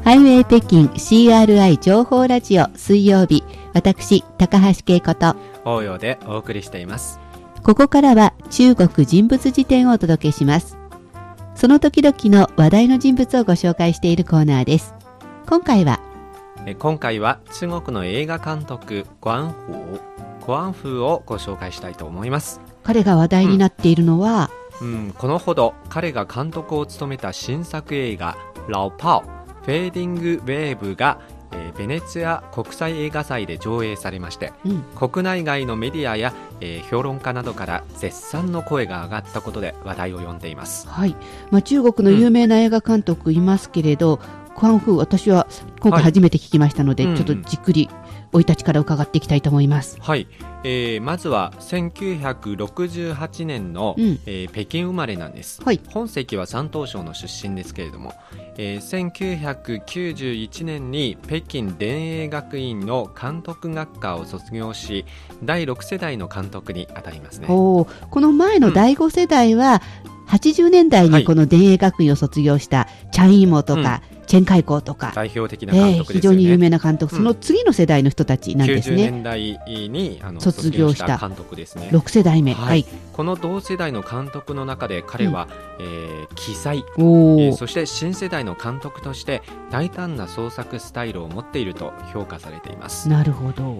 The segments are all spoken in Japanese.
ハイウェイ北京 CRI 情報ラジオ水曜日、私高橋恵子と応用でお送りしています。 ここからは中国人物辞典をお届けします。その時々の話題の人物をご紹介しているコーナーです。今回は中国の映画監督コアンフーをご紹介したいと思います。 彼が話題になっているのは、 このほど彼が監督を務めた新作映画ラオパオフェーディングウェーブがベネツィア国際映画祭で上映されまして、国内外のメディアや、評論家などから絶賛の声が上がったことで話題を呼んでいます。 はい、中国の有名な映画監督いますけれど、コアンフー、私は今回初めて聞きましたので、ちょっとじっくり生い立ちから伺っていきたいと思います。 はい、まずは1968年の、北京生まれなんです。本籍は山東省の出身ですけれども、1991年に北京電影学院の監督学科を卒業し、第6世代の監督にあたりますね。 この前の第5世代は、80年代にこの電影学院を卒業したチャン・イモとか、チェンカイコーとか代表的な監督ですよね。 非常に有名な監督、その次の世代の人たちなんですね。 90年代に卒業した監督ですね。 6世代目、 この同世代の監督の中で彼は、奇才、そして新世代の監督として大胆な創作スタイルを持っていると評価されています。 なるほど。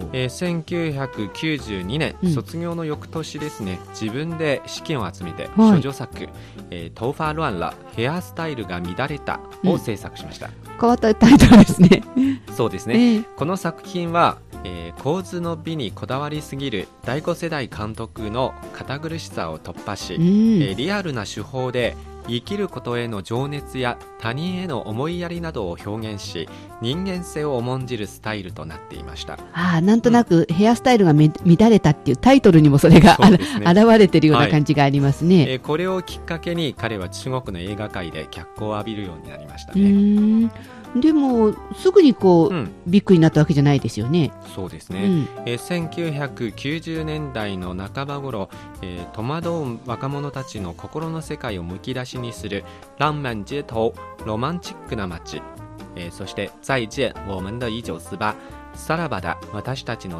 1992年、卒業の翌年ですね、自分で資金を集めて処女作、頭髮乱了ヘアスタイルが乱れたを制作しました。 変わったタイトルですね。 そうですね、この作品は、構図の美にこだわりすぎる第5世代監督の堅苦しさを突破し、リアルな手法で生きることへの情熱や他人への思いやりなどを表現し、人間性を重んじるスタイルとなっていました。 なんとなくヘアスタイルが乱れたっていうタイトルにもそれが現れているような感じがありますね。 これをきっかけに彼は中国の映画界で脚光を浴びるようになりましたね。 でもすぐにビッグになったわけじゃないですよね。 そうですね、1990年代の半ば頃、戸惑う若者たちの心の世界をむき出しにする浪漫街頭ロマンチックな街、そして再见我们的1948さらばだ私たちの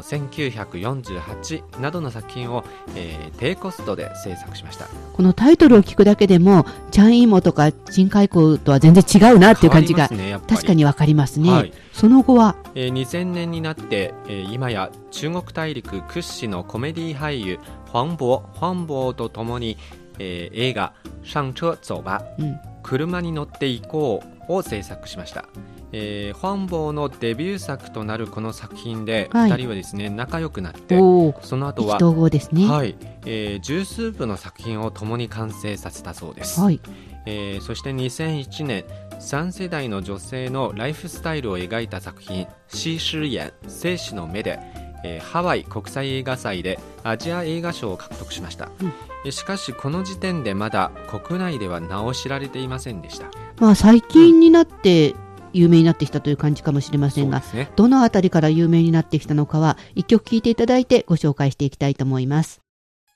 1948などの作品を、低コストで制作しました。このタイトルを聞くだけでもチャン・イモとかチン・カイコとは全然違うなっていう感じが、確かにわかりますね。その後は、 2000年になって、今や中国大陸屈指のコメディ俳優黄渤とともに、映画上車走吧、車に乗って行こうを制作しました。黄渤のデビュー作となるこの作品で、2人はですね仲良くなって、その後は意気投合ですね。 十数部の作品を共に完成させたそうです。そして2001年3世代の女性のライフスタイルを描いた作品シーシー眼生死の目で、ハワイ国際映画祭でアジア映画賞を獲得しました。しかしこの時点でまだ国内では名を知られていませんでした。 最近になって有名になってきたという感じかもしれませんが、どのあたりから有名になってきたのかは一曲聴いていただいてご紹介していきたいと思います。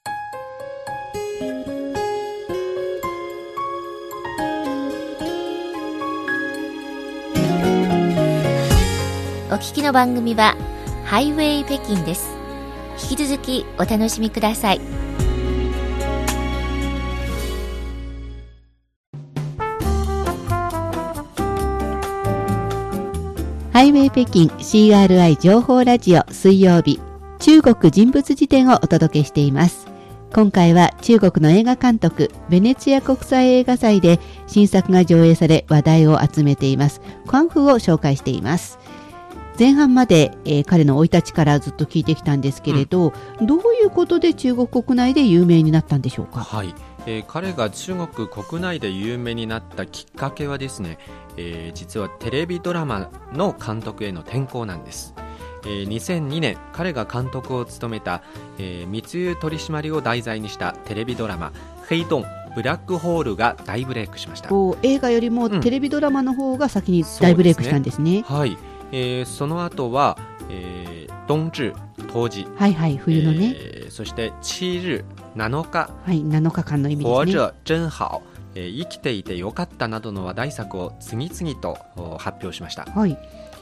お聞きの番組はハイウェイ北京です。引き続きお楽しみください。 ハイウェイ北京 CRI 情報ラジオ水曜日、中国人物辞典をお届けしています。今回は中国の映画監督ベネツィア国際映画祭で新作が上映され話題を集めていますコアンフーを紹介しています。前半まで、彼の生い立ちからずっと聞いてきたんですけれど、どういうことで中国国内で有名になったんでしょうか。 彼が中国国内で有名になったきっかけはですね、実はテレビドラマの監督への転向なんです。2002年彼が監督を務めた、密輸取締を題材にしたテレビドラマ黑洞ブラックホールが大ブレイクしました。 映画よりもテレビドラマの方が先に大ブレイクしたんですね。 その後は、冬至冬至、 冬のね、 そして7日7日、 7日間の意味ですね。 活着真好生きていてよかったなどの話題作を次々と発表しました。 はい。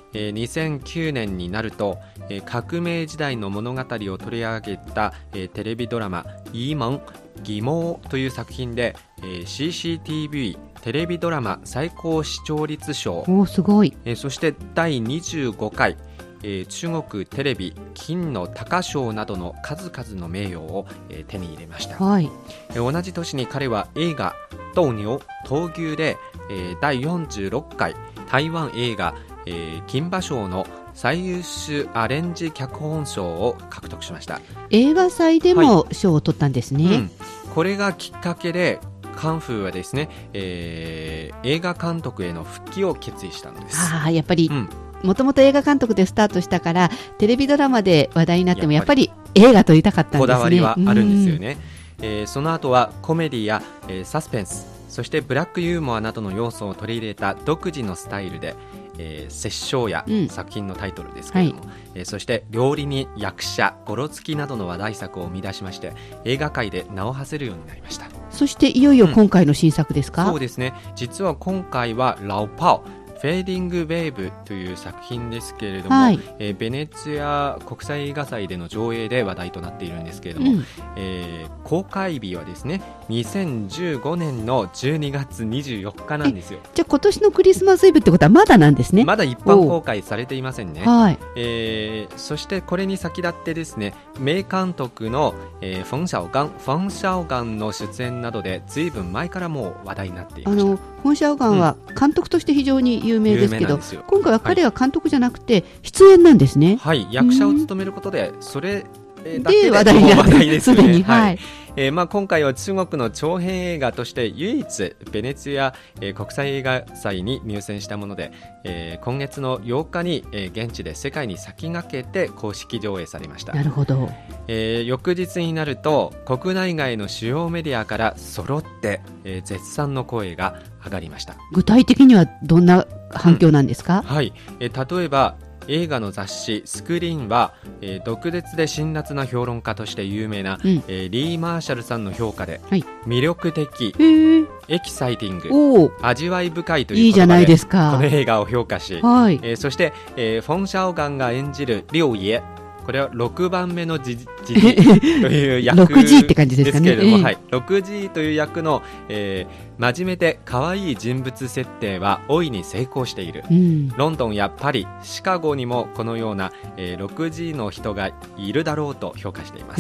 2009年になると、革命時代の物語を取り上げた、テレビドラマイーモン疑問という作品で、CCTV テレビドラマ最高視聴率賞、 おー、すごい。 そして第25回、中国テレビ金の鷹賞などの数々の名誉を、手に入れました。 はい。 同じ年に彼は映画斗牛闘牛で、第46回台湾映画、金馬賞の最優秀アレンジ脚本賞を獲得しました。 映画祭でも賞を取ったんですね。 これがきっかけでカンフーはですね、映画監督への復帰を決意したのです。 やっぱり、もともと映画監督でスタートしたからテレビドラマで話題になってもやっぱり映画撮りたかったんですね。 こだわりはあるんですよね。その後はコメディや、サスペンス、そしてブラックユーモアなどの要素を取り入れた独自のスタイルで、殺生や作品のタイトルですけれども、そして料理人、役者、ゴロつきなどの話題作を生み出しまして、映画界で名を馳せるようになりました。 そしていよいよ今回の新作ですか？ そうですね。実は今回はラオパオフェーディングウェーブという作品ですけれども、ベネツィア国際映画祭での上映で話題となっているんですけれども、公開日はですね2015年の12月24日なんですよ。 じゃあ今年のクリスマスイブってことはまだなんですね。 まだ一般公開されていませんね。そしてこれに先立ってですね、名監督の、フォン・シャオガンの出演などでずいぶん前からもう話題になっていました。 フォン・シャオガンは監督として非常に有名ですけど、今回は彼は監督じゃなくて出演なんですね。 はい、役者を務めることでそれだけで話題になってですよね。今回は中国の長編映画として唯一ベネツィア、国際映画祭に入選したもので、今月の8日に、現地で世界に先駆けて公式上映されました。 なるほど。 翌日になると国内外の主要メディアから揃って、絶賛の声が上がりました。 具体的にはどんな反響なんですか？ 例えば映画の雑誌スクリーンは、毒舌で辛辣な評論家として有名な、リー・マーシャルさんの評価で、魅力的、エキサイティング、味わい深いという言葉でこの映画を評価し、そして、フォン・シャオガンが演じるリョウイエ、これは6番目のジジという役 6G って感じですかね。 ですけれども、6G という役の、真面目で可愛い人物設定は大いに成功している。ロンドンやパリ、シカゴにもこのような、6G の人がいるだろうと評価しています。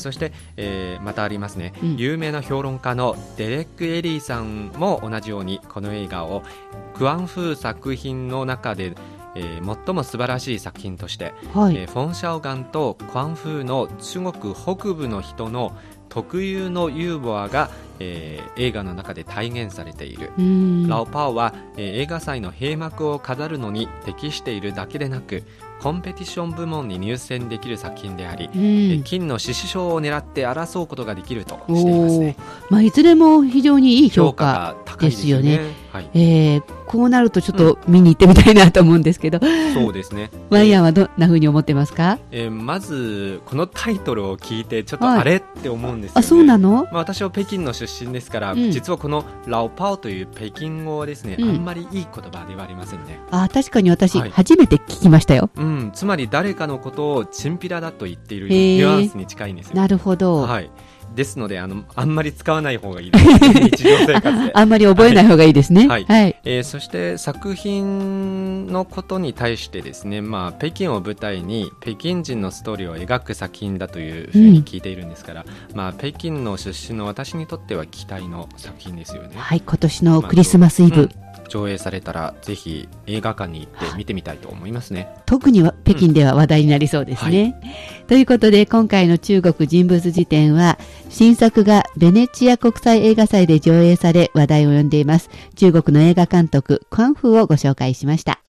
そして、またありますね、有名な評論家のデレック・エリーさんも同じようにこの映画をクアンフー作品の中で最も素晴らしい作品として、フォン・シャオガンとクアンフーの中国北部の人の特有のユーモアが、映画の中で体現されている。ラオパオは、映画祭の閉幕を飾るのに適しているだけでなく、コンペティション部門に入選できる作品であり、金の獅子賞を狙って争うことができるとしていますね。 いずれも非常にいい評価ですよね。こうなるとちょっと見に行ってみたいなと思うんですけど、 そうですね。 ワイヤンはどんな風に思ってますか？ まずこのタイトルを聞いてちょっとあれって思うんですよね。 そうなの？ 私は北京の出身ですから、実はこのラオパオという北京語はですね、あんまりいい言葉ではありませんね。 確かに私、初めて聞きましたよ。 つまり誰かのことをチンピラだと言っているニュアンスに近いんですよ。 なるほど。 ですのであんまり使わない方がいいですね。日常生活であんまり覚えない方がいいですね。 そして作品のことに対してですね、北京を舞台に北京人のストーリーを描く作品だというふうに聞いているんですから、北京の出身の私にとっては期待の作品ですよね。 今年のクリスマスイブ、 上映されたらぜひ映画館に行って見てみたいと思いますね。 特には北京では話題になりそうですね。ということで今回の中国人物辞典は、新作がベネチア国際映画祭で上映され話題を呼んでいます中国の映画監督クアンフーをご紹介しました。